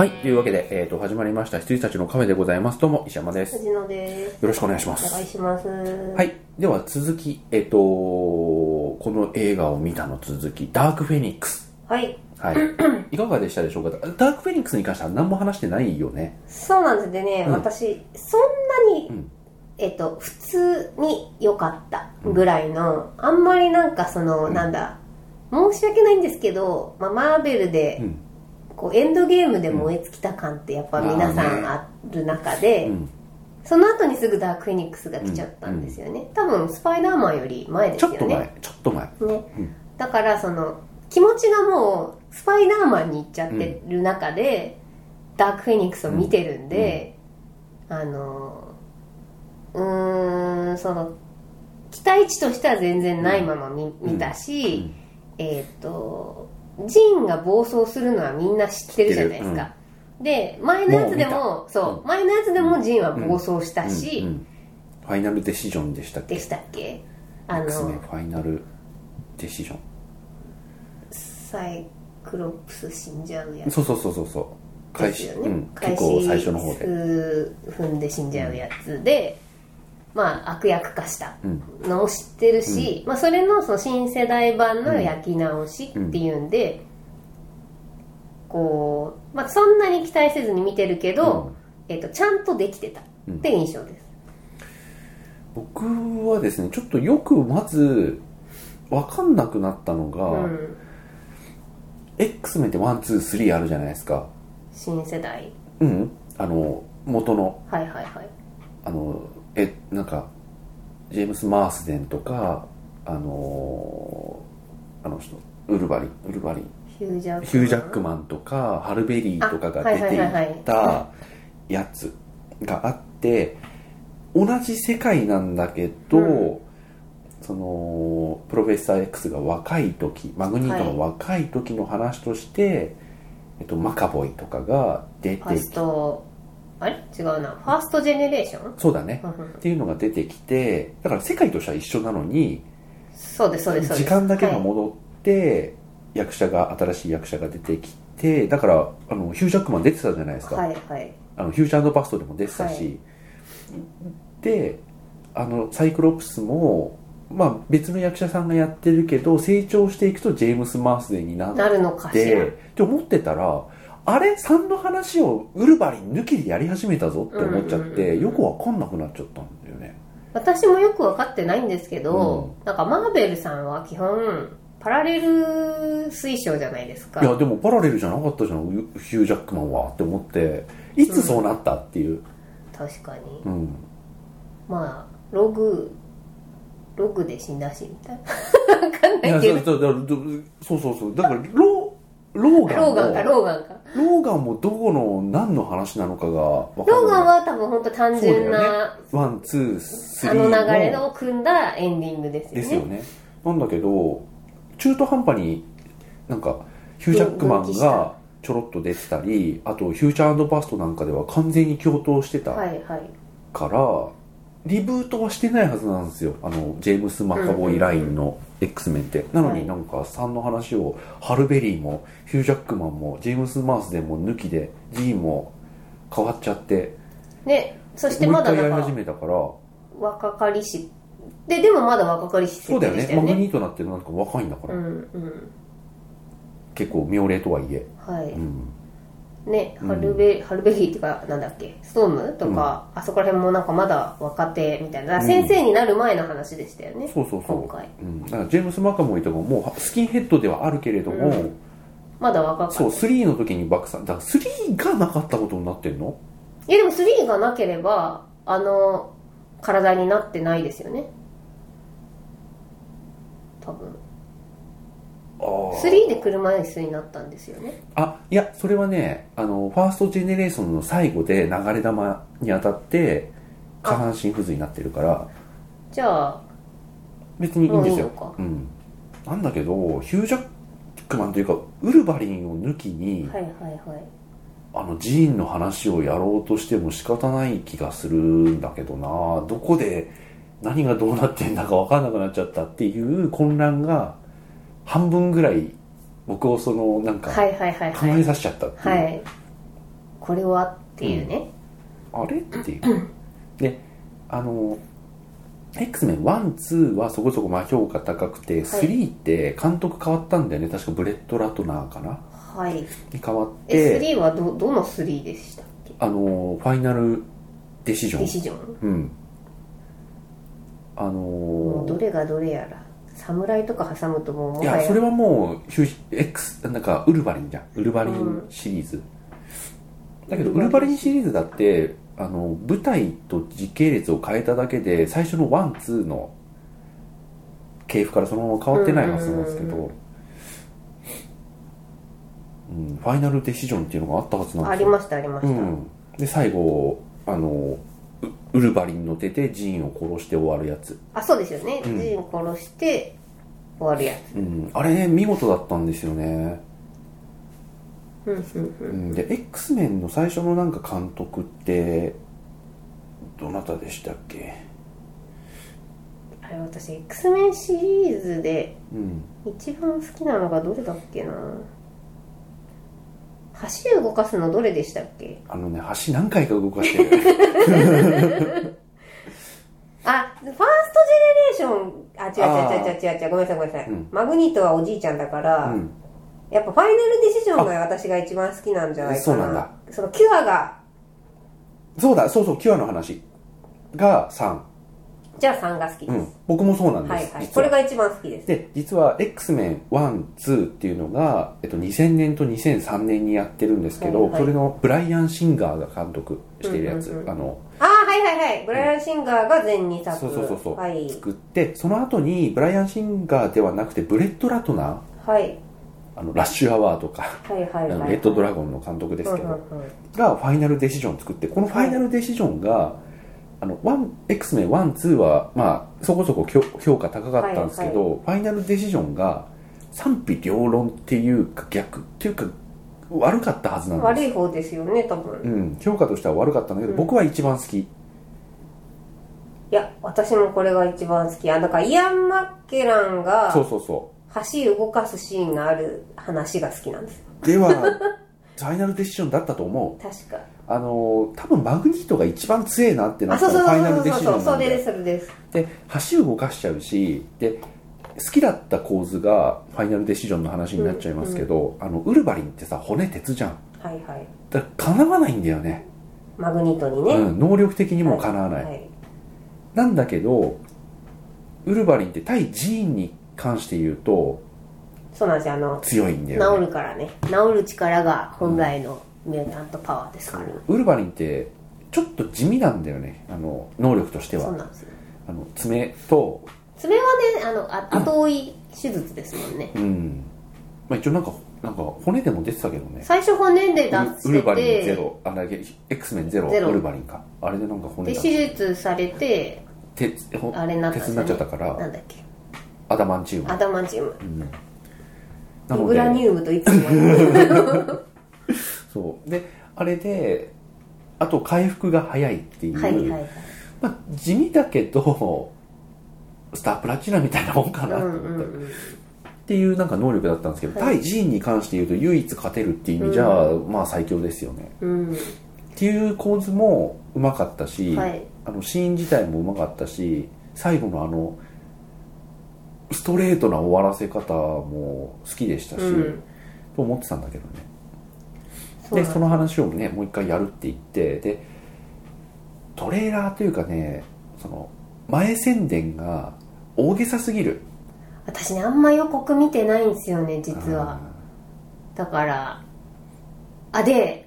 はい、というわけで、始まりました羊たちのカフェでございます。どうも石山です。 藤野です。 よろしくお願いします。 お願いします。 はい、では続き、この映画を見たの続き、ダークフェニックス。 はい。 はい。いかがでしたでしょうか。ダークフェニックスに関しては何も話してないよね。 そうなんですでね、私そんなに、普通に良かったぐらいの、あんまりなんかなんだ、申し訳ないんですけど、マーベルで、こうエンドゲームで燃え尽きた感ってやっぱ皆さんある中で、その後にすぐダークフェニックスが来ちゃったんですよね。多分スパイダーマンより前ですよね。 ちょっと前ね、だから気持ちがもうスパイダーマンに行っちゃってる中で、ダークフェニックスを見てるんで、期待値としては全然ないまま見たし、ジーンが暴走するのはみんな知ってるじゃないですか。で、前のやつでもジーンは暴走したし、 ファイナルデシジョンでしたっけ？ ファイナルデシジョン。 サイクロプス死んじゃうやつ。 そう。開始、結構最初の方で。 踏んで死んじゃうやつで、悪役化したのを知ってるし、それの新世代版の焼き直しっていうんで、こう、そんなに期待せずに見てるけど、ちゃんとできてたって印象です。 僕はですね、ちょっとよくまず分かんなくなったのが、X メンって1、2、3あるじゃないですか。 新世代。 元の。 はい。 なんかジェームス・マースデンとかあの人ウルバリンヒュージャックマンとかハルベリーとかが出ていたやつがあって、同じ世界なんだけど、プロフェッサー X が若い時、マグニートの若い時の話として、マカボイとかが出てきて、 あれ違うな、ファーストジェネレーション、 そうだねっていうのが出てきて、だから世界としては一緒なのに、 そうです時間だけが戻って、新しい役者が出てきて、だからヒュージャックマン出てたじゃないですか。ヒューチャーバストでも出てたし、でサイクロプスも別の役者さんがやってるけど、成長していくとジェームス・マースデンになるのかしらって思ってたら、あれ3の話をウルヴァリン抜きでやり始めたぞって思っちゃって、よくわかんなくなっちゃったんだよね。 私もよく分かってないんですけど、なんかマーベルさんは基本パラレル推奨じゃないですか。 いやでもパラレルじゃなかったじゃんヒュージャックマンはって思って、いつそうなったっていう、 確かに、ログで死んだしみたいな分かんないけど、 そうだからローガンもどこの何の話なのかが分からない。 ローガンは多分本当単純な、 ワン、ツー、スリーの流れを組んだエンディングですよね。 なんだけど中途半端になんかヒュージャックマンがちょろっと出てたり、あとヒューチャー&バストなんかでは完全に共闘してたから、リブートはしてないはずなんですよ、ジェームス・マカボイラインの X メンって。なのになんか3の話をハルベリーもヒュージャックマンもジェームス・マースデンも抜きで、ジーンも変わっちゃってね、そしてまだもう一回やり始めたから、 若かりしでもまだ若かりしそうだよね。マグニートなってなんか若いんだから、結構妙齢とはいえ、ハルベリーっていうかなんだっけ、ストームとか、あそこら辺もなんかまだ若手みたいな、先生になる前の話でしたよね、 そう今回、 だからジェームス・マカボイとかもスキンヘッドではあるけれども、 まだ若かった。 そう、3の時に爆散だから3がなかったことになってんの？ いやでも3がなければ体になってないですよね、多分。3で車椅子になったんですよね。 いやそれはね、ファーストジェネレーションの最後で流れ弾に当たって下半身不随になってるから、 じゃあ別にいいんですよ。なんだけどヒュージャックマンというかウルヴァリンを抜きに、ジーンの話をやろうとしても仕方ない気がするんだけどな。どこで何がどうなってんだか分かんなくなっちゃったっていう混乱が半分ぐらい僕をなんか考えさせちゃったっていう、 これはっていうね、 あれっていうでX メン1、2はそこそこまあ評価高くて、3って監督変わったんだよね。確かブレッド・ラトナーかな、 はい、 に変わって。 3はどの3でしたっけ？ ファイナルデシジョン。うん。 もうどれがどれやら。侍とか挟むともういや、それはもうX なんかウルヴァリンじゃん。ウルヴァリンシリーズ。だけどウルヴァリンシリーズだって舞台と時系列を変えただけで最初の1、2の系譜からそのまま変わってないはずなんですけど、ファイナルデシジョンっていうのがあったはずなんですよ。 ありましたありました、 で最後ウルヴァリンの手でジーンを殺して終わるやつ。 あ、そうですよね、ジーンを殺して終わるやつ、 あれね見事だったんですよね。で X メンの最初のなんか監督ってどなたでしたっけ？ あれ、私 X メンシリーズで一番好きなのがどれだっけな。橋動かすのどれでしたっけ？ 橋何回か動かしてるあ、ファーストジェネレーション、違う、ごめんなさい、マグニートはおじいちゃんだから、やっぱファイナルディシジョンが私が一番好きなんじゃないかな。 そうなんだ。 そのキュアが、 そうキュアの話が3。 じゃあ3が好きです、 僕もそうなんです、 はい、これが一番好きです。 で実は X メン1、2っていうのが、2000年と2003年にやってるんですけど、それのブライアン・シンガーが監督してるやつ、 はいブライアン・シンガーが全2作、 そう、はい、作って、その後にブライアン・シンガーではなくてブレッド・ラトナー、はい、ラッシュアワーとか、レッドドラゴンの監督ですけど、がファイナルデシジョンを作って、このファイナルデシジョンが、X メン1、2は、まあ、そこそこ評価高かったんですけど、ファイナルデシジョンが賛否両論っていうか逆っていうか悪かったはずなんです。 悪い方ですよね、多分。 評価としては悪かったんだけど、僕は一番好き。いや、私もこれが一番好き。だからイアン・マッケランが橋動かすシーンがある話が好きなんです。 ではファイナルデシジョンだったと思う。 確か多分マグニートが一番強えなってなったのがファイナルデシジョンなんで、 それです。 で橋動かしちゃうし、で好きだった構図がファイナルデシジョンの話になっちゃいますけど、ウルヴァリンってさ骨鉄じゃん。 はいはい。 だからかなわないんだよね、 マグニートにね、 能力的にもかなわない、なんだけどウルヴァリンって対ジーンに関して言うとそうなんですよ、 強いんだよね。 治るからね、治る力が本来のミュータントパワーですから、 ウルヴァリンってちょっと地味なんだよね、能力としては。 そうなんですよ。 爪はね、後追い手術ですもんね。 まあ、一応なんか骨でも出てたけどね。 最初骨で出してて、 ウルヴァリンゼロ、X メンゼロウルヴァリンか、あれでなんか骨で手術されてあれになったんですよね、鉄になっちゃったから、 なんだっけ、 アダマンチウム、 ビブラニウムといつもそうで、あれであと回復が早いっていう、まあ、地味だけどスタープラチナみたいなもんかなと思って、っていうなんか能力だったんですけど、対ジーンに関して言うと唯一勝てるっていう意味じゃ、まあ最強ですよね、っていう構図もうまかったし、シーン自体もうまかったし、最後のストレートな終わらせ方も好きでしたし、と思ってたんだけどね。でその話をねもう一回やるって言って、でトレーラーというかね、その前宣伝が大げさすぎる。 私ね、あんま予告見てないんですよね、実は。だからで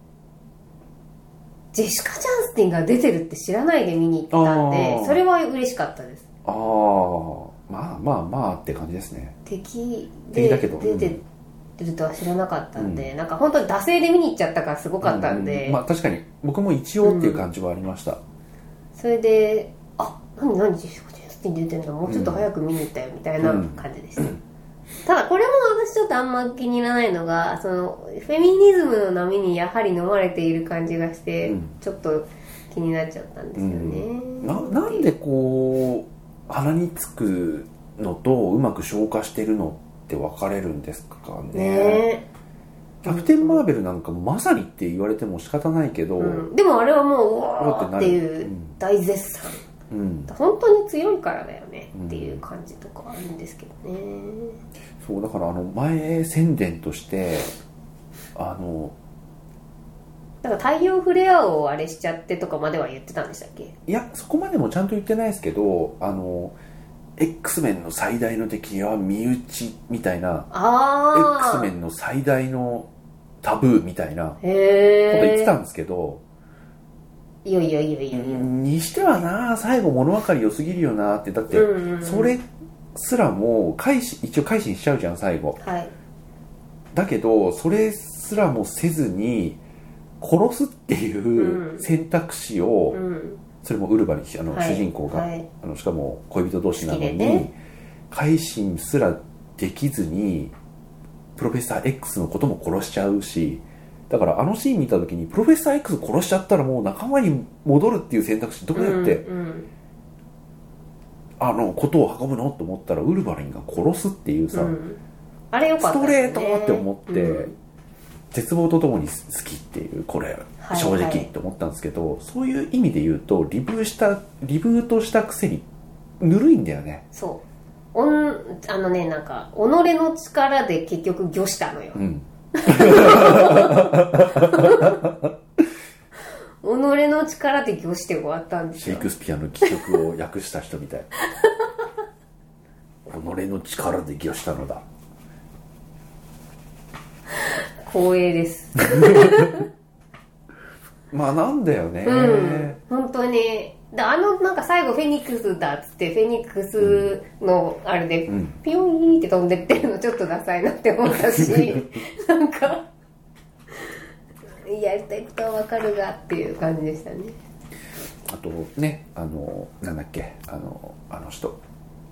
ジェシカ・ジャンスティンが出てるって知らないで見に行ったんで、それは嬉しかったです。 まあって感じですね。 敵だけど出てるとは知らなかったんで、なんか本当に惰性で見に行っちゃったからすごかったんで、 まあ確かに僕も一応っていう感じはありました。 それで何ジェシカ・ジャンスティン出てるの、もうちょっと早く見に行ったよみたいな感じでした、ただこれも私ちょっとあんま気に入らないのが、そのフェミニズムの波にやはり飲まれている感じがして、ちょっと気になっちゃったんですよね、 なんでこう鼻につくのとうまく消化してるのって分かれるんですかね。 キャプテンマーベルなんかもまさにって言われても仕方ないけど、 でもあれはもううわーっていう大絶賛、本当に強いからだよねっていう感じとかあるんですけどね。 そうだから前宣伝としてだから太陽フレアをあれしちゃってとかまでは言ってたんでしたっけ？ いや、そこまでもちゃんと言ってないですけど、X メンの最大の敵は身内みたいな、X メンの最大のタブーみたいなこと言ってたんですけど、 いやにしてはな、最後物分かり良すぎるよなって。だってそれすらも一応改心しちゃうじゃん最後、はい、だけどそれすらもせずに殺すっていう選択肢を、それもウルヴァリン、主人公が、しかも恋人同士なのに、改心すらできずにプロフェッサー X のことも殺しちゃうし、だからシーン見た時にプロフェッサー X 殺しちゃったらもう仲間に戻るっていう選択肢どうやって、ことを運ぶのと思ったらウルヴァリンが殺すっていうさ、 あれよかったですね、 ストレートって思って、絶望とともに好きっていう、これ正直って思ったんですけど、そういう意味で言うとリブートしたくせにぬるいんだよね。 そうなんか己の力で結局御したのよ、己の力で御して終わったんですよ。 シェイクスピアの戯曲を訳した人みたい己の力で御したのだ。 光栄ですまあなんだよね、 本当になんか最後フェニックスだっつってフェニックスのあれでピヨーンって飛んでってるのちょっとダサいなって思ったしなんかやりたいことはわかるがっていう感じでしたね。 あとね、なんだっけ、人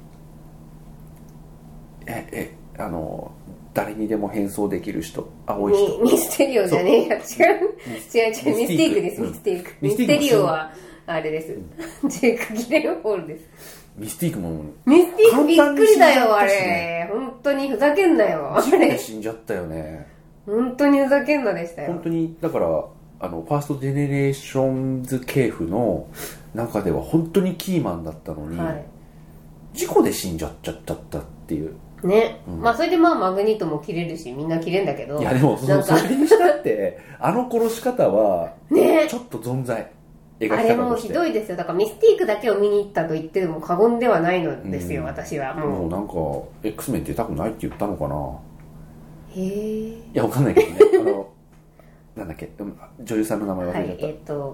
誰にでも変装できる人、青い人、 ミステリオじゃねえや、違うミスティークです。ミステリオはあれです、ジェイク・ギレンホールです。 ミスティークびっくりだよあれ、本当にふざけんなよあれ。 死んじゃったよね、 本当にふざけんなでしたよ。 本当にだからファーストジェネレーションズ系譜の中では本当にキーマンだったのに、事故で死んじゃったっていうね、まあそれでマグニートも切れるしみんな切れんだけど、 いやでもそれにしたって殺し方はちょっと存在、 あれもひどいですよ。だからミスティークだけを見に行ったと言っても過言ではないのですよ、私はもうなんか X メン出たくないって言ったのかな。 へえ。 いやわかんないけどねなんだっけ、女優さんの名前忘れちゃった、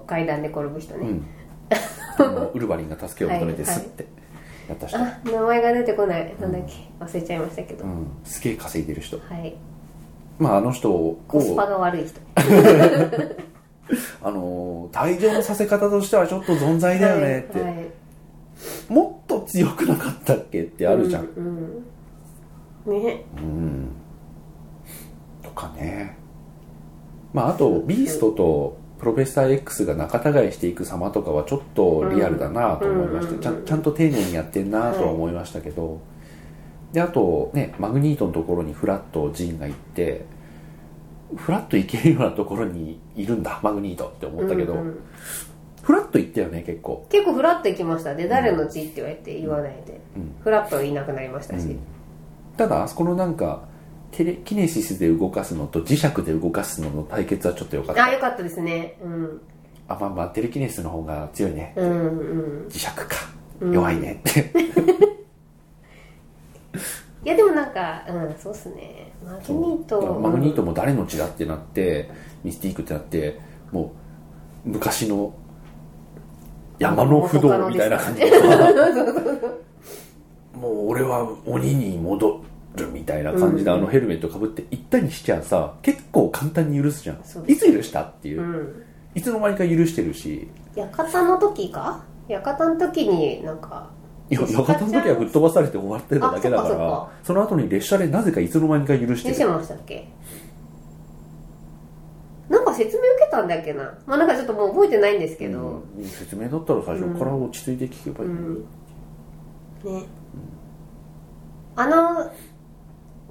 階段で転ぶ人ね、 ウルヴァリンが助けを求めてスッてやった人、 名前が出てこない、なんだっけ忘れちゃいましたけど、 すげえ稼いでる人、 まあ人をコスパが悪い人退場のさせ方としてはちょっと存在だよねって、もっと強くなかったっけってあるじゃん、 ね、 とかね。あとビーストとプロフェッサー X が仲違いしていく様とかはちょっとリアルだなと思いまして、ちゃんと丁寧にやってんなとは思いましたけど、であとね、マグニートのところにフラッとジンが行って、フラッと行けるようなところにいるんだマグニートって思ったけど、フラッと行ったよね。結構フラッと行きました。で誰の血って言われて言わないで、フラッといなくなりましたし、 ただあそこのなんかテレキネシスで動かすのと磁石で動かすのの対決はちょっと良かった。 良かったですね。 テレキネシスの方が強いね、磁石か、弱いねっていやでもなんか、そうっすね。マグニートも誰の血だってなって、ミスティークってなって、もう昔の山の不動みたいな感じでもう俺は鬼に戻るみたいな感じで、ヘルメットかぶって行ったにしちゃさ、結構簡単に許すじゃん。いつ許したっていう、いつの間にか許してるし。 館の時になんか館の時はぶっ飛ばされて終わってただけだから、その後に列車でなぜかいつの間にか許してる。 許してましたっけ。なんか説明受けたんだっけな、なんかちょっともう覚えてないんですけど、 説明だったら最初から落ち着いて聞けばいい、 ね、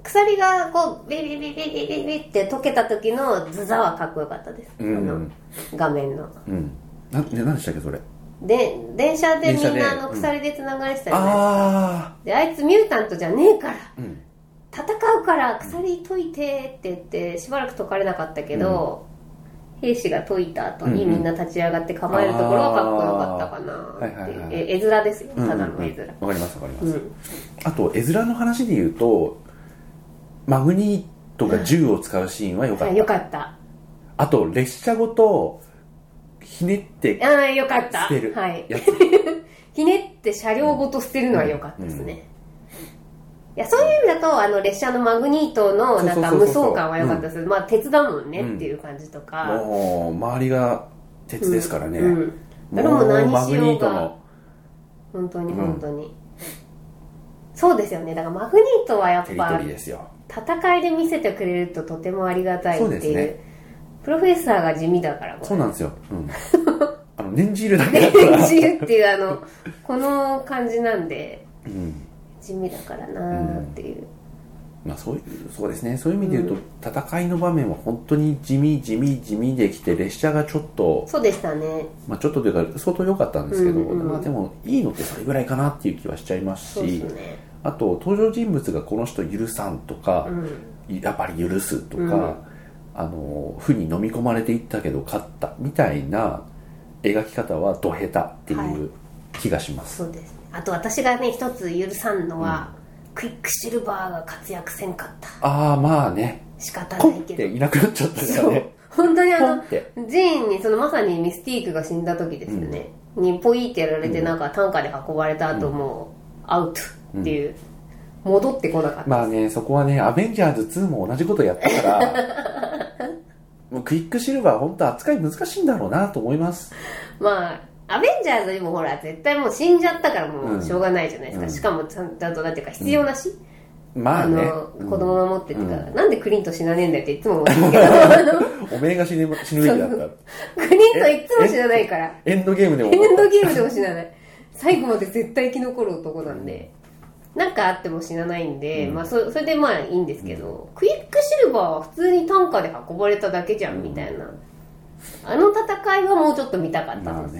鎖がこうビリビリビリビリって溶けた時のズザはかっこよかったです、画面の。 何でしたっけそれ。 で電車でみんな鎖でつながれてたじゃないですか。であいつミュータントじゃねえから、戦うから鎖解いてって言ってしばらく解かれなかったけど、兵士が解いた後にみんな立ち上がって構えるところはかっこよかったかなって。絵面ですよ、ただの絵面。 わかりますわかります。あと絵面の話で言うとマグニートが銃を使うシーンは良かった。 良かった。 あと列車ごとひねって良かった。 捨てるやつひねって車両ごと捨てるのは良かったですね。いや、そういう意味だと列車のマグニートのなんか無双感は良かったです。まあ鉄だもんねっていう感じとか。 もう周りが鉄ですからね。 だからもう何しようか。本当に本当に。そうですよね。だからマグニートはやっぱ戦いで見せてくれるととてもありがたいっていう。プロフェッサーが地味だから。 そうなんですよ。念じるだけだから。 念じるっていうこの感じなんで。地味だからなーっていう、 まあそうですね。そういう意味で言うと、戦いの場面は本当に地味できて、列車がちょっとそうでしたね。 まあちょっとというか相当良かったんですけど、まあでもいいのってそれぐらいかなっていう気はしちゃいますし、あと登場人物がこの人許さんとか、やっぱり許すとか、負に飲み込まれていったけど勝ったみたいな描き方はド下手っていう気がします。 そうです。あと私がね一つ許さんのは、クイックシルバーが活躍せんかった。 まあね、 仕方ないけどいなくなっちゃったからね。 本当にジーンにまさにミスティークが死んだ時ですよね、にポイってやられてなんか担架で運ばれた後もアウトっていう、戻ってこなかったです。 まあね、そこはねアベンジャーズ2も同じことやったからもうクイックシルバー本当扱い難しいんだろうなと思います。 まあアベンジャーズでもほら絶対もう死んじゃったからもうしょうがないじゃないですか、しかもちゃんとなんていうか必要なし、 まあね、 子供守ってってか、なんでクリント死なねえんだよっていつも思うんですけどおめえが死ぬべきだったクリントいつも死なないからエンドゲームでも死なない。最後まで絶対生き残る男なんで、なんかあっても死なないんで、まあそれでまあいいんですけど、クイックシルバーは普通に担架で運ばれただけじゃんみたいな、あの戦いはもうちょっと見たかったです。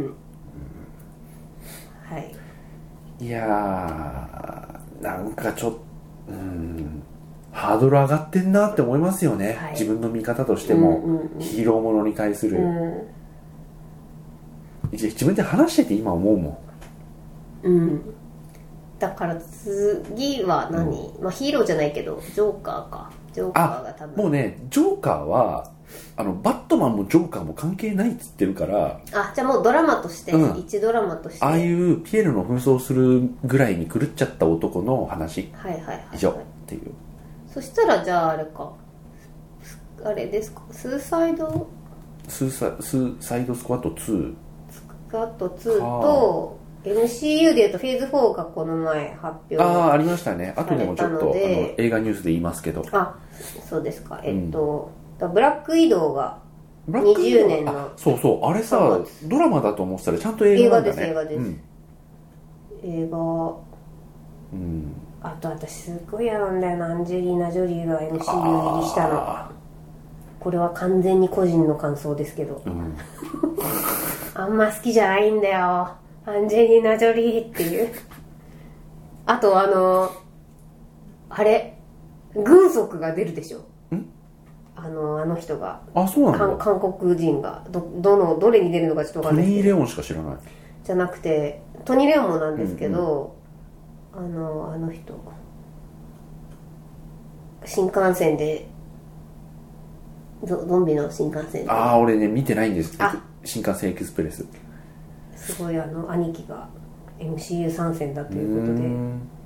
はい。いやー、なんかちょっとハードル上がってんなって思いますよね、自分の見方としても、ヒーローものに対する、自分で話してて今思うもん。だから次は何、まあヒーローじゃないけどジョーカーか。ジョーカーが多分もうね、ジョーカーはバットマンもジョーカーも関係ないっつってるから、 じゃあもうドラマとして、一ドラマとして、 ああいうピエールの紛争するぐらいに狂っちゃった男の話、以上っていう。 そしたらじゃああれか、あれですか、スーサイドスクワット2と MCU でいうとフェーズ4がこの前発表ありましたね。後でもちょっと映画ニュースで言いますけど、 そうですか。ブラックイドウが20年の、 そうあれさドラマだと思ってたらちゃんと映画なんだね。 映画です、映画。あと私すごい嫌なんだよな、アンジェリーナ・ジョリーが MCU 入りしたの。これは完全に個人の感想ですけど、あんま好きじゃないんだよアンジェリーナ・ジョリーっていう。あとあれ軍属が出るでしょ、あの人が。 そうなんだ。 韓国人がどれに出るのかちょっと分かんないですけど。 トニー・レオンしか知らない。 じゃなくてトニー・レオンもなんですけど、あの人新幹線でゾンビの新幹線で。 俺ね見てないんです。新幹線エクスプレス。 すごい兄貴が MCU 参戦だということで、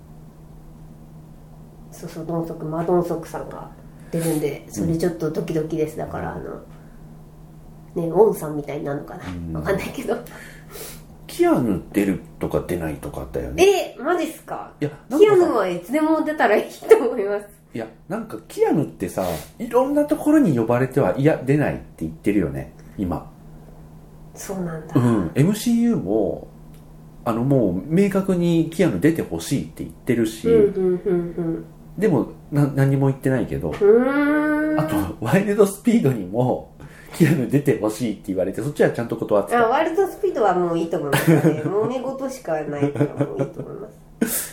マドンソクさんが出るんで、それちょっとドキドキです。だからウォンさんみたいになるのかな、わかんないけど。 キアヌ出るとか出ないとかあったよね。 マジっすか。 キアヌはいつでも出たらいいと思います。 いやなんかキアヌってさ、いろんなところに呼ばれて出ないって言ってるよね今。 そうなんだ。 MCU ももう明確にキアヌ出てほしいって言ってるし、でも何も言ってないけど、あとワイルドスピードにもキアヌ出てほしいって言われて、そっちはちゃんと断ってた。 ワイルドスピードはもういいと思いますね。揉め事しかないからもういいと思います。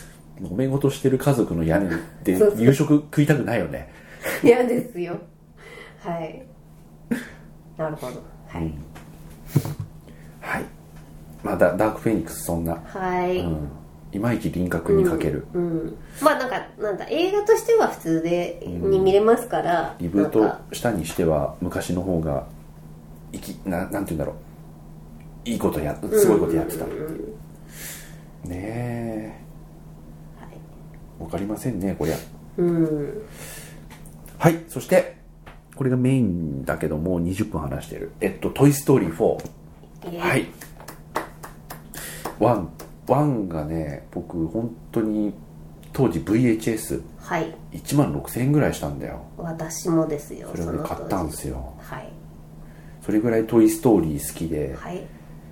揉め事してる家族の屋根で夕食食いたくないよね。 嫌ですよ。はい。なるほど。はい。 はい。まあダークフェニックスそんな。 はい。 いまいち輪郭にかける。 まあなんだ映画としては普通に見れますから。 リブートしたにしては昔の方がなんて言うんだろう。いいことすごいことやってた。ねえ。わかりませんねこりゃ。はい。そしてこれがメインだけどもう20分話してる。トイストーリー4。はい。1がね、僕本当に当時 VHS、はい、16,000円ぐらいしたんだよ。 私もですよ。 それを買ったんですよ。 はい。 それぐらいトイストーリー好きで、はい、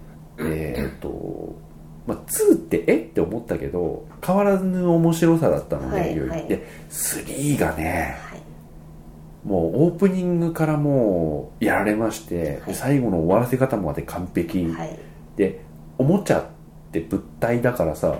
まあ、2ってって思ったけど変わらぬ面白さだったので、はいはい、で3がね、はい、もうオープニングからもうやられまして、はい、最後の終わらせ方まで完璧、はい、でおもちゃって物体だからさ、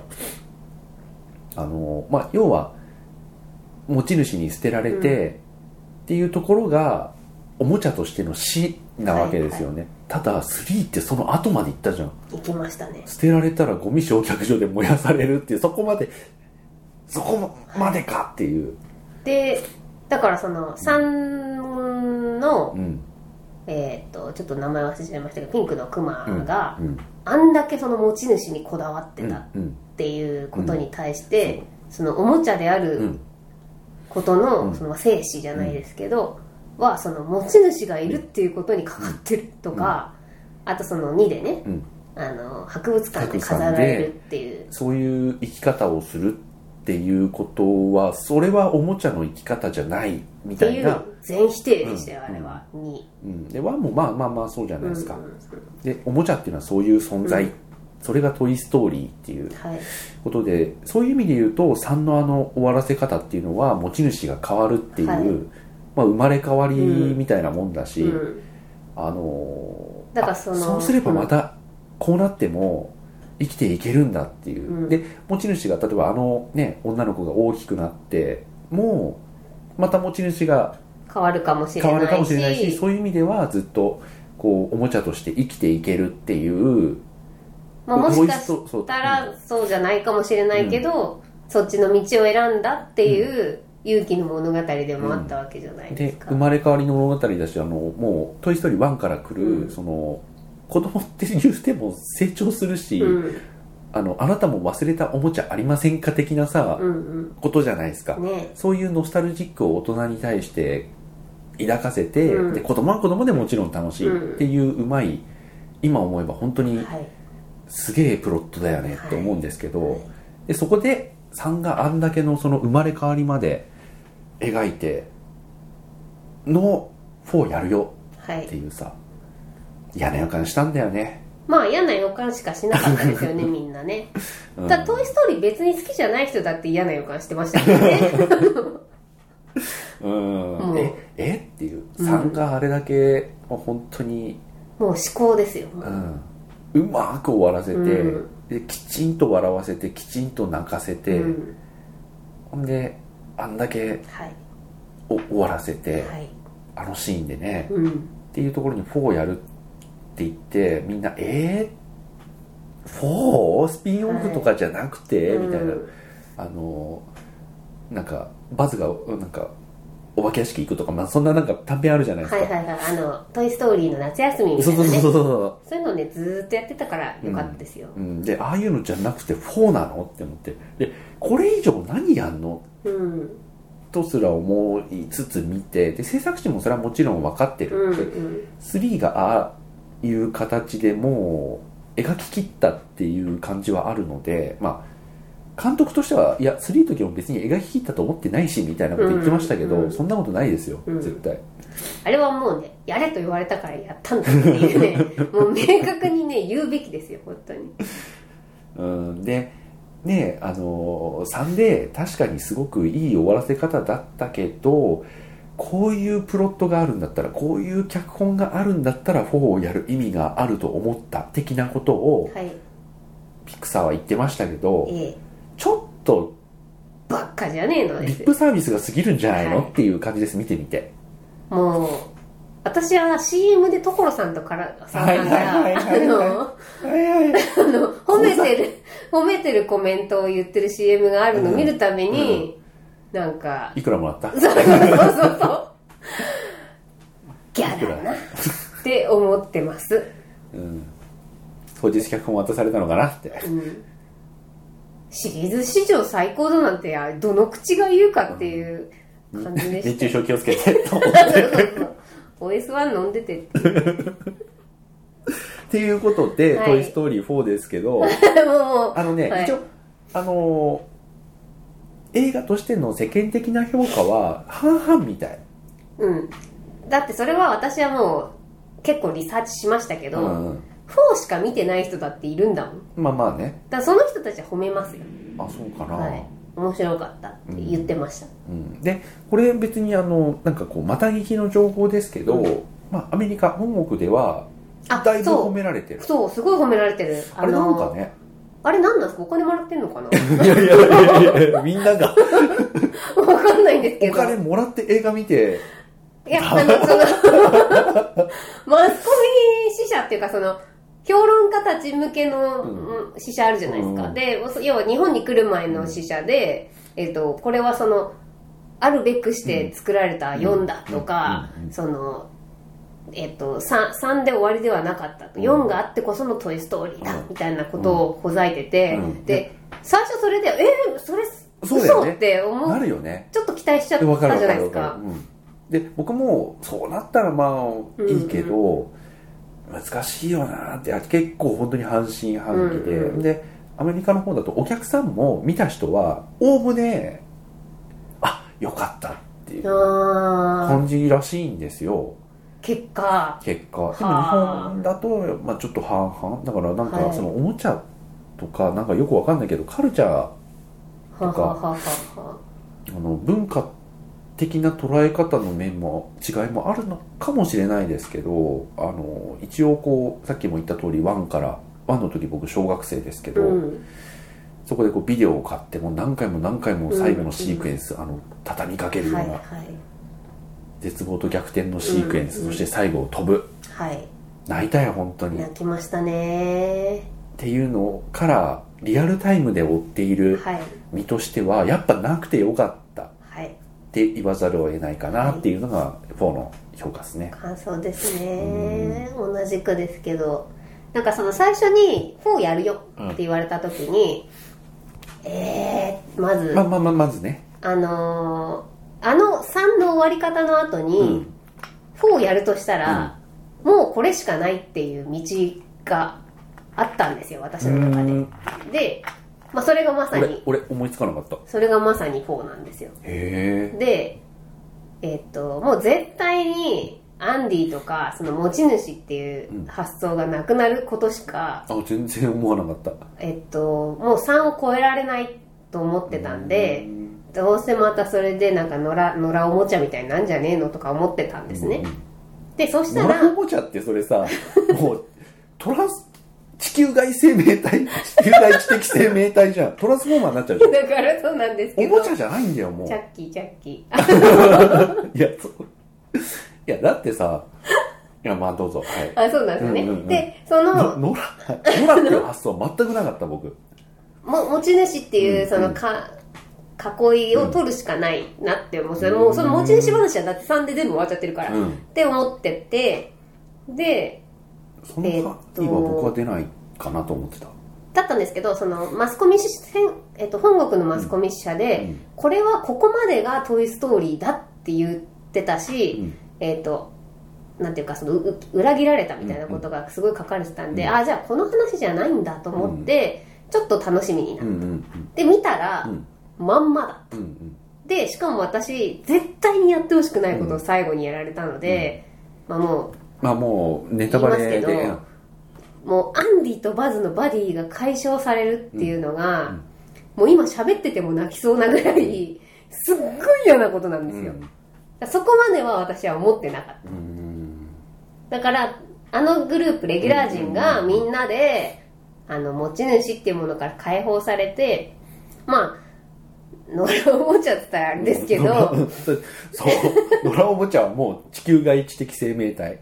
まあ、要は持ち主に捨てられて、っていうところがおもちゃとしての死なわけですよね、はいはい、ただ3ってその後まで行ったじゃん。 行きましたね。 捨てられたらゴミ焼却場で燃やされるっていう、そこまでかっていう。 でだからその3の、ちょっと名前忘れちゃいましたけど、ピンクのクマが、あんだけその持ち主にこだわってたっていうことに対して、そのおもちゃであることの、その生死じゃないですけど、はその持ち主がいるっていうことにかかってるとか、あとその2でね、博物館で飾られるっていう、 そういう生き方をするっていうことは、それはおもちゃの生き方じゃないみたいなっていう全否定でしたよ、あれは。 で1もまあそうじゃないですか、でおもちゃっていうのはそういう存在、それがトイストーリーっていうことで、そういう意味で言うと3の終わらせ方っていうのは持ち主が変わるっていう、まあ、生まれ変わりみたいなもんだし、だからそうすればまたこうなっても生きていけるんだっていう、で持ち主が例えば女の子が大きくなってもまた持ち主が変わるかもしれないし、 そういう意味ではずっとこうおもちゃとして生きていけるっていう、 まあ、もしかしたらそうじゃないかもしれないけど、そっちの道を選んだっていう、勇気の物語でもあったわけじゃないですか。 で生まれ変わりの物語だし、もうトイストーリー1から来る、その子供って言っても成長するし、あなたも忘れたおもちゃありませんか的なさ、ことじゃないですか、ね、そういうノスタルジックを大人に対して抱かせて、で子供は子供でもちろん楽しいっていううまい、今思えば本当にすげえプロットだよねって思うんですけど、でそこで3があんだけのその生まれ変わりまで描いての4やるよっていうさ、嫌な予感したんだよね。 まあ嫌な予感しかしなかったですよねみんなね。だトイストーリー別に好きじゃない人だって嫌な予感してましたけどね。っていう3があれだけ本当にもう思考ですよ、 うまく終わらせて、できちんと笑わせてきちんと泣かせて、ほんであんだけ、終わらせて、あのシーンでね、っていうところに4やるって言ってみんな4? スピンオフとかじゃなくて、みたいな、なんかバズがなんかお化け屋敷行くとか、まあ、そんななんか短編あるじゃないですか。 トイストーリーの夏休みみたいなね、そういうのねずーっとやってたからよかったですよ、 でああいうのじゃなくて4なのって思って、でこれ以上何やんの、とすら思いつつ見て、で制作陣もそれはもちろん分かってる、3がああいう形でもう描き切ったっていう感じはあるので、まあ監督としてはいや3の時も別に描き切ったと思ってないしみたいなこと言ってましたけど、そんなことないですよ、絶対。 あれはもうね、やれと言われたからやったんだっていうねもう明確にね言うべきですよ本当に。 でね3で確かにすごくいい終わらせ方だったけど、こういうプロットがあるんだったら、こういう脚本があるんだったら4をやる意味があると思った的なことを、はい、ピクサーは言ってましたけど、ちょっとばっかじゃねえのです。 リップサービスが過ぎるんじゃないの、っていう感じです。見てみて。 もう私は CM で所さんとからさんが褒めてるコメントを言ってる CM があるのを見るために、なんかいくらもらった？ そうギャラなって思ってます。 当日脚本渡されたのかなって、 シリーズ史上最高だなんてどの口が言うかっていう感じでした。 熱中症気をつけてと思って OS1 飲んでてっていうことで、トイストーリー4ですけどもう一応映画としての世間的な評価は半々みたい。 だってそれは私はもう結構リサーチしましたけど、4しか見てない人だっているんだもん。 まあね。 だからその人たちは褒めますよ。 あ、そうかな。 面白かったって言ってました。 で、これ別になんかこうまた聞きの情報ですけど、アメリカ本国ではだいぶ褒められてる。 そう、すごい褒められてる。 あれなんかね。 あれなんなんですか？お金もらってんのかな？ いやみんながわかんないんですけど。 お金もらって映画見て。 いや、マスコミ支社っていうか評論家たち向けの支社あるじゃないですか。で、要は日本に来る前の支社で、これはあるべくして作られた4だとか、3で終わりではなかったと、4があってこそのトイストーリーだみたいなことをほざいてて、で、最初それで、それ嘘って思う。 なるよね。 ちょっと期待しちゃったじゃないですか。 で、僕もそうなったらいいけど、難しいよなって、結構本当に半信半疑で、でアメリカの方だとお客さんも見た人はおおむねよかったっていう感じらしいんですよ。 結果でも日本だとちょっと半々だから、なんかおもちゃとかなんかよくわかんないけどカルチャーとか文化的な捉え方の面も違いもあるのかもしれないですけど、一応こうさっきも言った通り1の時僕小学生ですけど、そこでこうビデオを買っても何回も何回も最後のシークエンス、畳みかけるような、絶望と逆転のシークエンス、そして最後を飛ぶ、泣いたよ本当に。 泣きましたねっていうのからリアルタイムで追っている身としては、やっぱなくてよかったって言わざるを得ないかなっていうのが4の評価ですね。 感想ですね。同じくですけど、なんか最初に4やるよって言われた時に、まずね、3の終わり方の後に、4やるとしたら、もうこれしかないっていう道があったんですよ、私の中で。で、それがまさに俺思いつかなかった。 それがまさに4なんですよ。で、もう絶対にアンディとかその持ち主っていう発想がなくなることしか、 全然思わなかった。 もう3を超えられないと思ってたんで、どうせまたそれでなんか野良おもちゃみたいになんじゃねえのとか思ってたんですね。で、そしたら野良おもちゃってそれさもう地球外知的生命体じゃん。トランスフォーマーになっちゃうじゃん。 だからそうなんですけど、 おもちゃじゃないんだよもう。 チャッキーいやだってさ、どうぞ。 そうなんですね。で、野良っていう発想全くなかった僕。 持ち主っていう囲いを取るしかないなって思う。もうその持ち主話はだって3で全部終わっちゃってるから、って思ってて、で、 その範囲は僕は出ないかなと思ってた。 だったんですけど、マスコミ本国のマスコミ支社で、これはここまでがトイストーリーだって言ってたし、なんていうか裏切られたみたいなことがすごい書かれてたんで、じゃあこの話じゃないんだと思って、ちょっと楽しみになった。で、見たら、まんまだった。で、しかも私、絶対にやってほしくないことを最後にやられたので、 もうネタバレで、 もうアンディとバズのバディが解消されるっていうのが、 もう今喋ってても泣きそうなぐらいすっごい嫌なことなんですよ、そこまでは私は思ってなかった、だからあのグループレギュラー陣がみんなで持ち主っていうものから解放されて、まあ野良おもちゃって言ったらあれですけどそう野良おもちゃはもう地球外知的生命体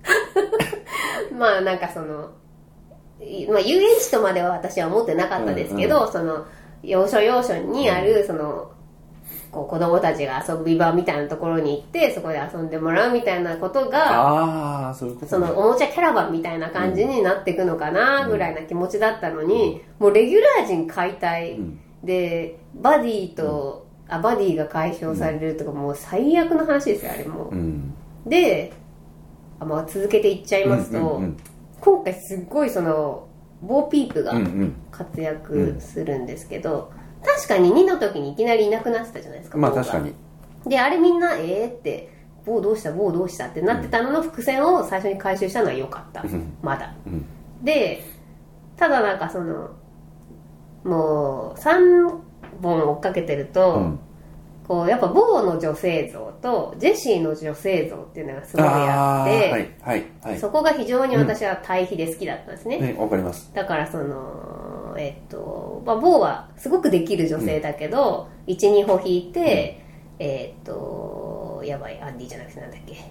まあなんかその、まあ、遊園地とまでは私は思ってなかったですけど、その要所要所にあるそのこう子供たちが遊び場みたいなところに行ってそこで遊んでもらうみたいなことが、 そういうことね、 そのおもちゃキャラバンみたいな感じになっていくのかなぐらいな気持ちだったのに、もうレギュラー陣解体でバディが解消されるとか、もう最悪の話ですよあれも、で、まあ、続けていっちゃいますと、今回すっごいそのボーピープが活躍するんですけど、確かに2の時にいきなりいなくなってたじゃないですか。 まあ確かに。 であれみんなってボーどうしたってなってたのの伏線を最初に回収したのは良かった、まだ、でただなんかそのもう3本追っかけてると、こうやっぱボーの女性像とジェシーの女性像っていうのがすごいあって、そこが非常に私は対比で好きだったんですね。 わかります。 だからそのまあ、ボーはすごくできる女性だけど、1,2 歩引いて、やばいアンディじゃなくてなんだっけ、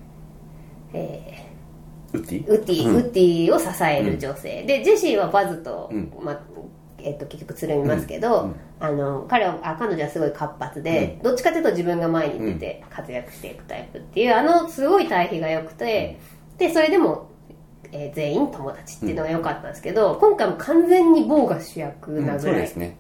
ウッディを支える女性、でジェシーはバズと、まあ結局つるみますけど、彼女はすごい活発で、どっちかというと自分が前に出て活躍していくタイプっていうすごい対比が良くて、でそれでも全員友達っていうのが良かったんですけど、今回も完全にボーが主役なぐらい、 そうですね、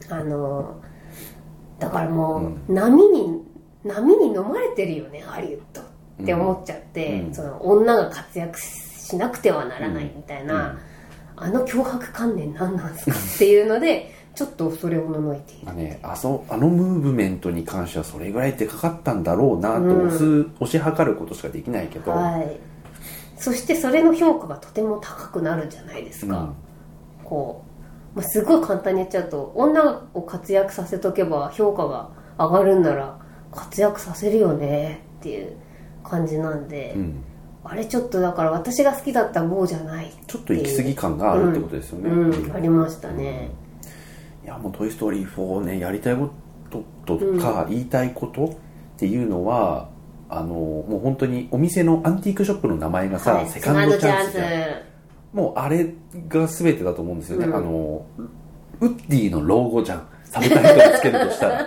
だからもう波に飲まれてるよねハリウッドって思っちゃって、その女が活躍しなくてはならないみたいな、脅迫観念何なんですかっていうのでちょっとそれをののいている、 あのムーブメントに関してはそれぐらいでかかったんだろうなと推し量ることしかできないけど、 そしてそれの評価がとても高くなるじゃないですか、こう、すごい簡単に言っちゃうと、女を活躍させとけば評価が上がるんなら活躍させるよねっていう感じなんで、あれちょっとだから私が好きだったボーじゃないちょっと行き過ぎ感があるってことですよね、 ありましたね、 いやもうトイストーリー4ね、やりたいこととか言いたいことっていうのは、もう本当にお店のアンティークショップの名前がさ、セカンドチャンスじゃん、もうあれが全てだと思うんですよね、ウッディの老後じゃん、サブタイトルつけるとしたら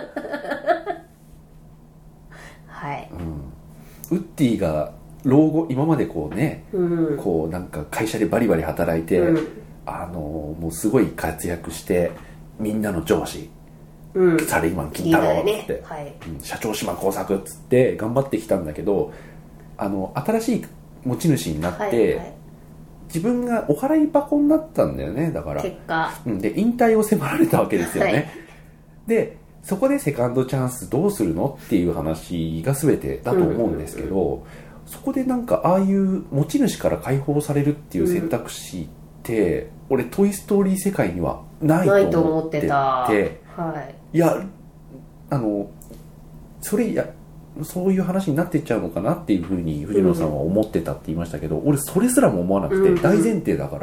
ウッディが老後、今までこうね、こうなんか会社でバリバリ働いて、もうすごい活躍してみんなの上司、サラリーマン金太郎っつって、社長島耕作っつって頑張ってきたんだけど、新しい持ち主になって、自分がお払い箱になったんだよね、だから結果、 で引退を迫られたわけですよね、でそこでセカンドチャンスどうするのっていう話が全てだと思うんですけど、そこでなんかああいう持ち主から解放されるっていう選択肢って、俺トイストーリー世界にはないと思ってて、いやそういう話になっていっちゃうのかなっていうふうに藤野さんは思ってたって言いましたけど、俺それすらも思わなくて、大前提だから、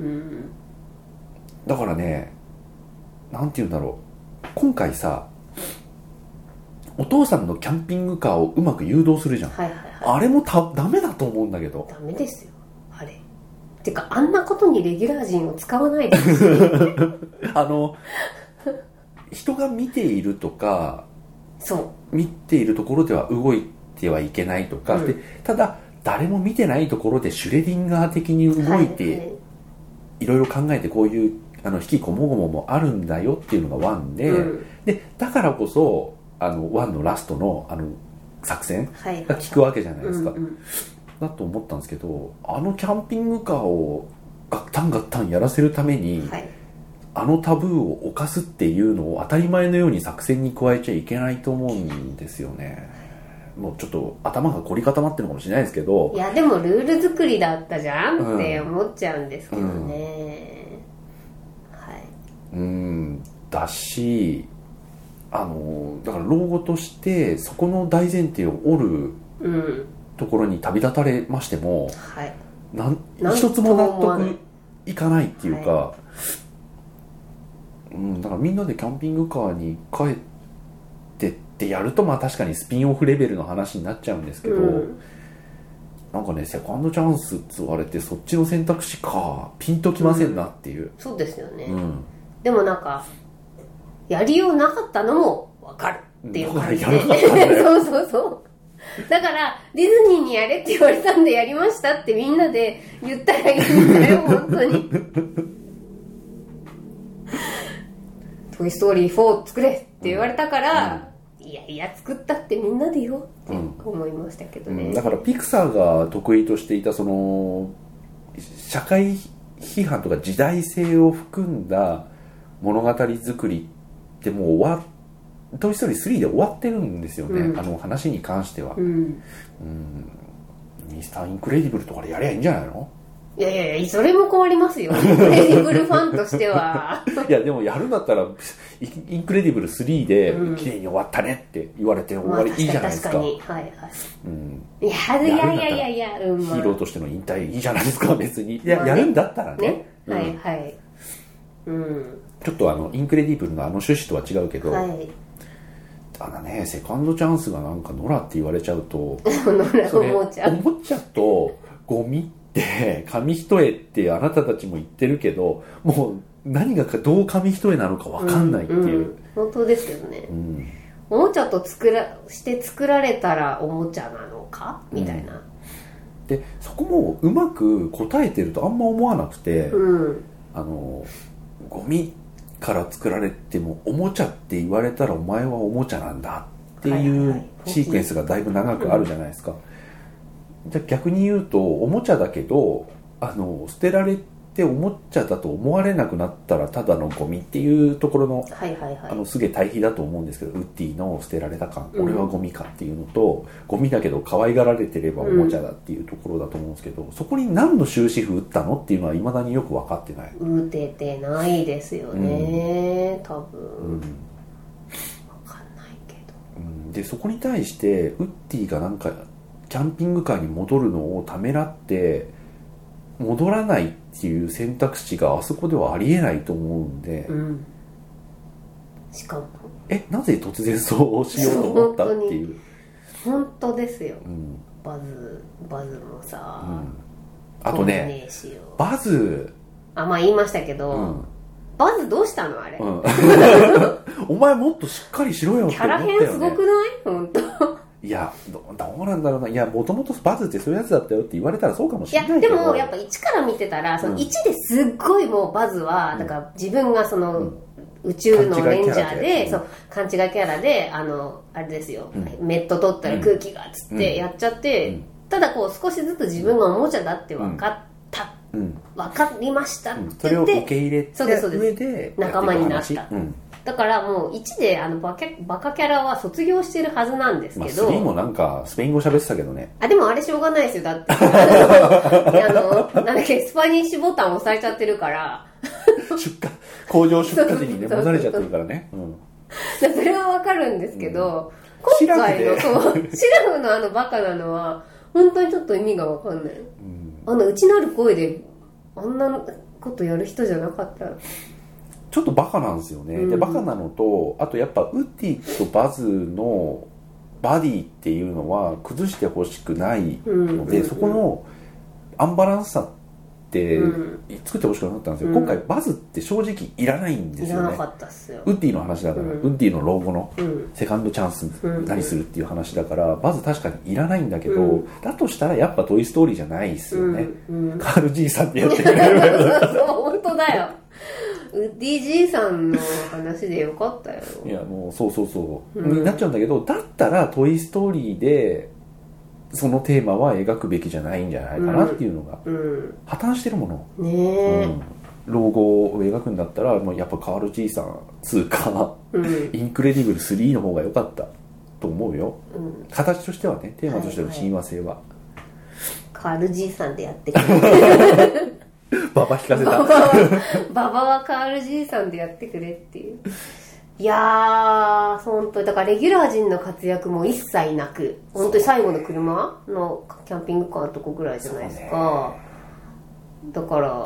だからね、なんて言うんだろう、今回さお父さんのキャンピングカーをうまく誘導するじゃん、あれもダメだと思うんだけど。 ダメですよあれ。てかあんなことにレギュラー陣を使わないです人が見ているとか、見ているところでは動いてはいけないとか、でただ誰も見てないところでシュレディンガー的に動いて、いろいろ考えてこういう引きこもごももあるんだよっていうのが1で、でだからこそ1のラストの作戦が効くわけじゃないですか、だと思ったんですけど、キャンピングカーをガッタンガッタンやらせるために、タブーを犯すっていうのを当たり前のように作戦に加えちゃいけないと思うんですよね。もうちょっと頭が凝り固まってるのかもしれないですけど、 いやでもルール作りだったじゃんって思っちゃうんですけどね、 だし、だから老後としてそこの大前提を折るところに旅立たれましても、 はい、 一つも納得いかないっていうか、はい、だからみんなでキャンピングカーに帰ってってやると、まあ確かにスピンオフレベルの話になっちゃうんですけど、なんかね、セカンドチャンスって言われてそっちの選択肢かピンときませんなっていう、 そうですよね、でもなんかやりようなかったのも分かるっていう感じで、そうそうそう、だからディズニーにやれって言われたんでやりましたってみんなで言ったらいいんだよ本当にトイストーリー4作れって言われたから、いやいや作ったってみんなでよって思いましたけどね、 だからピクサーが得意としていたその社会批判とか時代性を含んだ物語作りってもうトイストーリー3で終わってるんですよね、あの話に関しては、ミスターインクレディブルとかでやりゃいいんじゃないの？ いやいや、それも困りますよ、インクレディブルファンとしてはいやでもやるんだったらインクレディブル3で綺麗に終わったねって言われて終わり、いいじゃないですか。 確かに、はいはい、いや、 ヒーローとしての引退いいじゃないですか別に。やるんだったらね、 はいはい、 ちょっとインクレディブルの趣旨とは違うけど、 はい、 ね、セカンドチャンスがなんか野良って言われちゃうとそれおもちゃとゴミって紙一重ってあなたたちも言ってるけど、もう何がどう紙一重なのか分かんないっていう、 本当ですよね、おもちゃと作られたらおもちゃなのかみたいな、 でそこもうまく答えてるとあんま思わなくて、ゴミから作られてもおもちゃって言われたらお前はおもちゃなんだっていうシークエンスがだいぶ長くあるじゃないですか、じゃあ逆に言うとおもちゃだけど捨てられておもちゃだと思われなくなったらただのゴミっていうところの、すげえ対比だと思うんですけど、ウッディの捨てられた感、俺はゴミかっていうのと、ゴミだけど可愛がられてればおもちゃだっていうところだと思うんですけど、そこに何の終止符打ったのっていうのは未だによく分かってない。 打ててないですよね、多分、分かんないけど、 でそこに対してウッディがなんかキャンピングカーに戻るのをためらって戻らないっていう選択肢があそこではありえないと思うんで、 しかもなぜ突然そうしようと思ったっていう、 本当ですよ、バズもさ、 あとねバズまあ言いましたけど、バズどうしたのあれ、 お前もっとしっかりしろよって思ったよね。 キャラ変すごくない？本当いや どうなんだろうな。いやもともとバズってそういうやつだったよって言われたらそうかもしれないけど、 いやでもやっぱ1から見てたら、その1ですっごいもうバズは、だから自分がその、宇宙のレンジャーで、そう勘違いキャラであれですよ、メット取ったら空気がっつってやっちゃって、ただこう少しずつ自分がおもちゃだって分かった、分かりましたって言って、 それを受け入れた上で仲間になった、だからもう1でバカキャラは卒業してるはずなんですけど、 3もなんかスペイン語喋ってたけどね。 でもあれしょうがないですよ、だってなんだっけ、スパニッシュボタン押されちゃってるから工場出荷時にね戻されちゃってるからね、 それはわかるんですけど、今回のシラフのバカなのは本当にちょっと意味がわかんない、内なる声であんなことやる人じゃなかったらちょっとバカなんですよね、でバカなのと、あとやっぱウッディとバズのバディっていうのは崩してほしくないので、そこのアンバランスさって作ってほしくなかったんですよ、今回バズって正直いらないんですよね。 いらなかったっすよ。 ウッディの話だから、ウッディの老後のセカンドチャンス何するっていう話だから、バズ確かにいらないんだけど、だとしたらやっぱトイストーリーじゃないですよね、カール爺さんってやってくれる本当だよ、ウッディじいさんの話でよかったよ。 いやもうそうになっちゃうんだけど、だったらトイストーリーでそのテーマは描くべきじゃないんじゃないかなっていうのが、破綻してるものね、老後を描くんだったらもうやっぱカール爺さん通過、インクレディブル3の方が良かったと思うよ、形としてはね、テーマとしての親和性は、 カール爺さんでやってくれババ引かせた。 ババはカール爺さんでやってくれっていう。いやー、本当だからレギュラー陣の活躍も一切なく、本当に最後の車のキャンピングカーのとこぐらいじゃないですか。だから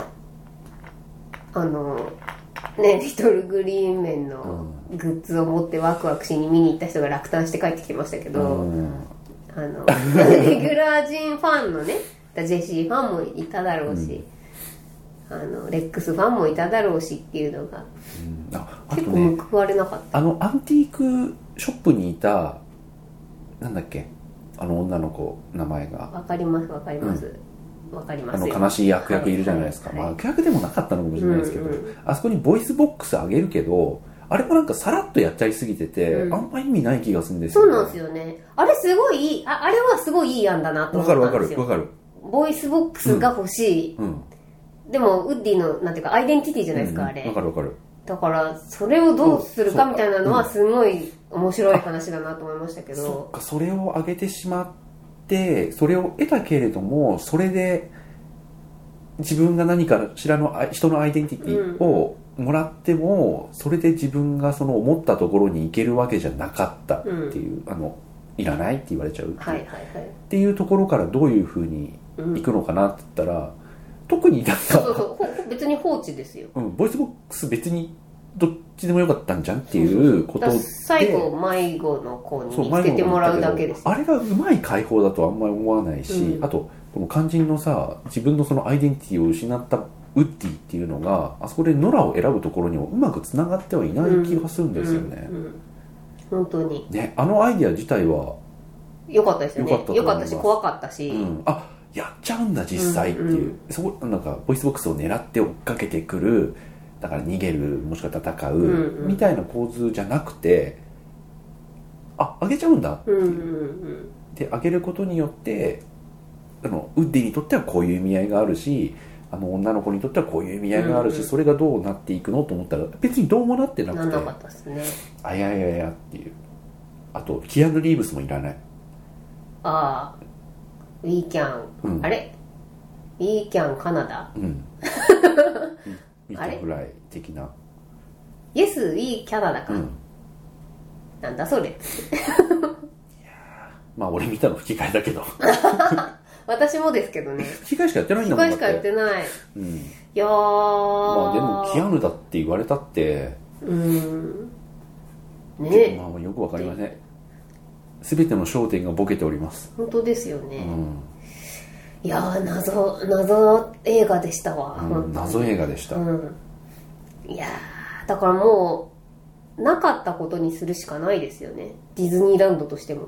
リトルグリーンメンのグッズを持ってワクワクしに見に行った人が落胆して帰ってきてましたけど、レギュラー陣ファンのね、ジェシーファンもいただろうし、レックスファンもいただろうしっていうのが、結構報われなかった。 アンティークショップにいたなんだっけ、女の子、名前がわかりますわかります、わかりますよ。 悲しい悪役いるじゃないですか、悪役でもなかったのかもしれないですけど、あそこにボイスボックスあげるけど、あれもなんかさらっとやっちゃいすぎてて、あんま意味ない気がするんですよね。そうなんですよね。あれすごいあれはすごいいい案だなと思ったんですよ。 わかるボイスボックスが欲しい、でもウッディのなんていうかアイデンティティじゃないですか、あれ。 わかる。 だからそれをどうするかみたいなのはすごい面白い話だなと思いましたけど、 そっか、それを上げてしまってそれを得たけれども、それで自分が何かしらの人のアイデンティティをもらっても、それで自分がその思ったところに行けるわけじゃなかったっていう、いらないって言われちゃうっていうところからどういうふうに行くのかなって言ったら、特になんかそう別に放置ですよ、 ボイスボックス別にどっちでもよかったんじゃんっていうことで、 最後迷子の子に見つけてもらうだけです。 あれがうまい解放だとはあんまり思わないし、あとこの肝心のさ、自分のそのアイデンティティを失ったウッディっていうのがあそこでノラを選ぶところにもうまくつながってはいない気がするんですよね。 本当にね、アイディア自体は良かったですよね。良かったし怖かったし、 やっちゃうんだ実際っていう、そこなんかボイスボックスを狙って追っかけてくる、だから逃げるもしくは戦う、みたいな構図じゃなくて、あげちゃうんだっていう、であげることによってウッディにとってはこういう意味合いがあるし、女の子にとってはこういう意味合いがあるし、それがどうなっていくのと思ったら別にどうもなってなくて、 ならなかったですね。 あやややっていう。あとキアヌ・リーブスもいらない。 ウィーキャン、あれウィーキャンカナダ、 ウィーキャンフライ的な。 イエスウィーキャナダか、なんだそれ。いやまあ俺見たの吹き替えだけど私もですけどね。 吹き替えしかやってないんだもん。 吹き替えしかやってない、いやー、 まあでもキアヌだって言われたってね、 まあよくわかりません。全ての焦点がボケております。 本当ですよね、いやー、謎映画でしたわ、 謎映画でした、 いやー、だからもうなかったことにするしかないですよね、ディズニーランドとしても、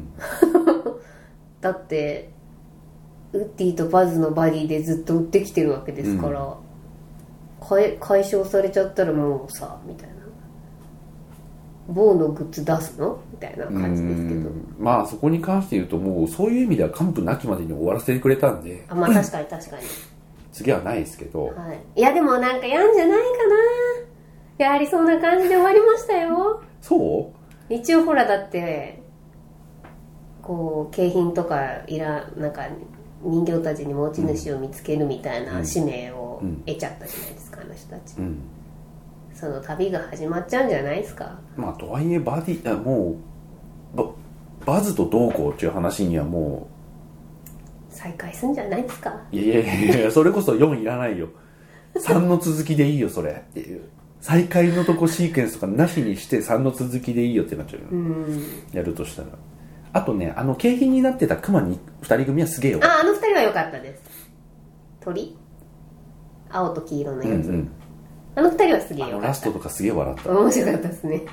だってウッディとバズのバディでずっと売ってきてるわけですから、解消されちゃったらもうさ、みたいな、某のグッズ出すのみたいな感じですけど、 まあそこに関して言うともうそういう意味では完膚なきまでに終わらせてくれたんで、 まあ確かに次はないですけど、 いやでもなんかやんじゃないかな、やはりそんな感じで終わりましたよ。 そう一応ほら、だってこう景品とかなんか人形たちに持ち主を見つけるみたいな使命を得ちゃったじゃないですか、あの人たち、その旅が始まっちゃうんじゃないですか。 まあとはいえもうバズとどうこうっていう話にはもう再開するんじゃないですか。 いやそれこそ4いらないよ3の続きでいいよそれっていう、再開のとこシーケンスとかなしにして3の続きでいいよってなっちゃうよ、やるとしたら。あとね、景品になってたクマに2人組はすげえよかった。 2人は良かったです。鳥青と黄色のやつ、あの2人はすげえ良かった。 ラストとかすげえ笑った。 面白かったですね。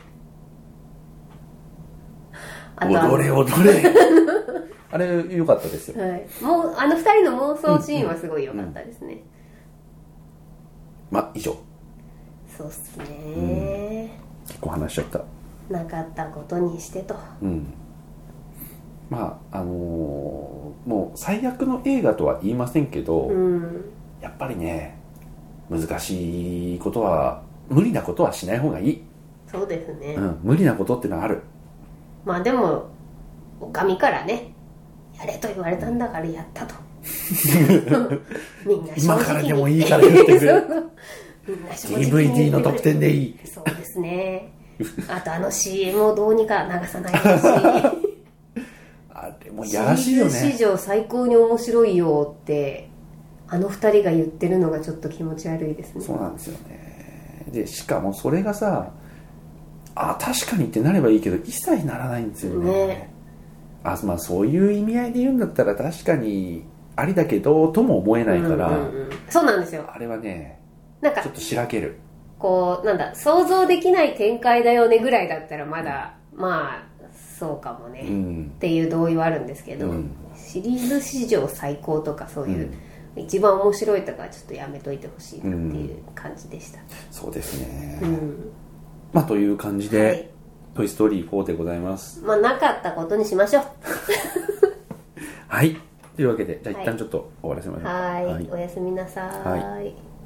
踊れあれ良かったですよ、 もう2人の妄想シーンはすごい良かったですね、 以上。 そうっすね、 結構話しちゃった。 なかったことにしてと、 まあもう最悪の映画とは言いませんけど、やっぱりね、難しいことは無理なことはしない方がいい。 そうですね、 無理なことってのはある。 まあでもお上からね、やれと言われたんだからやったとみんな今からでもいいから言ってくれみんな正直に DVD の特典でいい。 そうですね。あとCM をどうにか流さないでしあれもいやらしいよね。 シリーズ史上最高に面白いよって二人が言ってるのがちょっと気持ち悪いですね。 そうなんですよね。でしかもそれがさ、確かにってなればいいけど一切ならないんですよね。まあそういう意味合いで言うんだったら確かにありだけどとも思えないから、 そうなんですよ。 あれはね、 なんかちょっとしらける。 こう想像できない展開だよねぐらいだったらまだ、まあそうかもね、っていう同意はあるんですけど、シリーズ史上最高とかそういう、一番面白いとかはちょっとやめといてほしいなっていう感じでした。 そうですね。まあという感じで、トイストーリー4でございます。 まあなかったことにしましょう。 はい。というわけで、じゃあ一旦ちょっと終わらせましょう。 はい、おやすみなさい。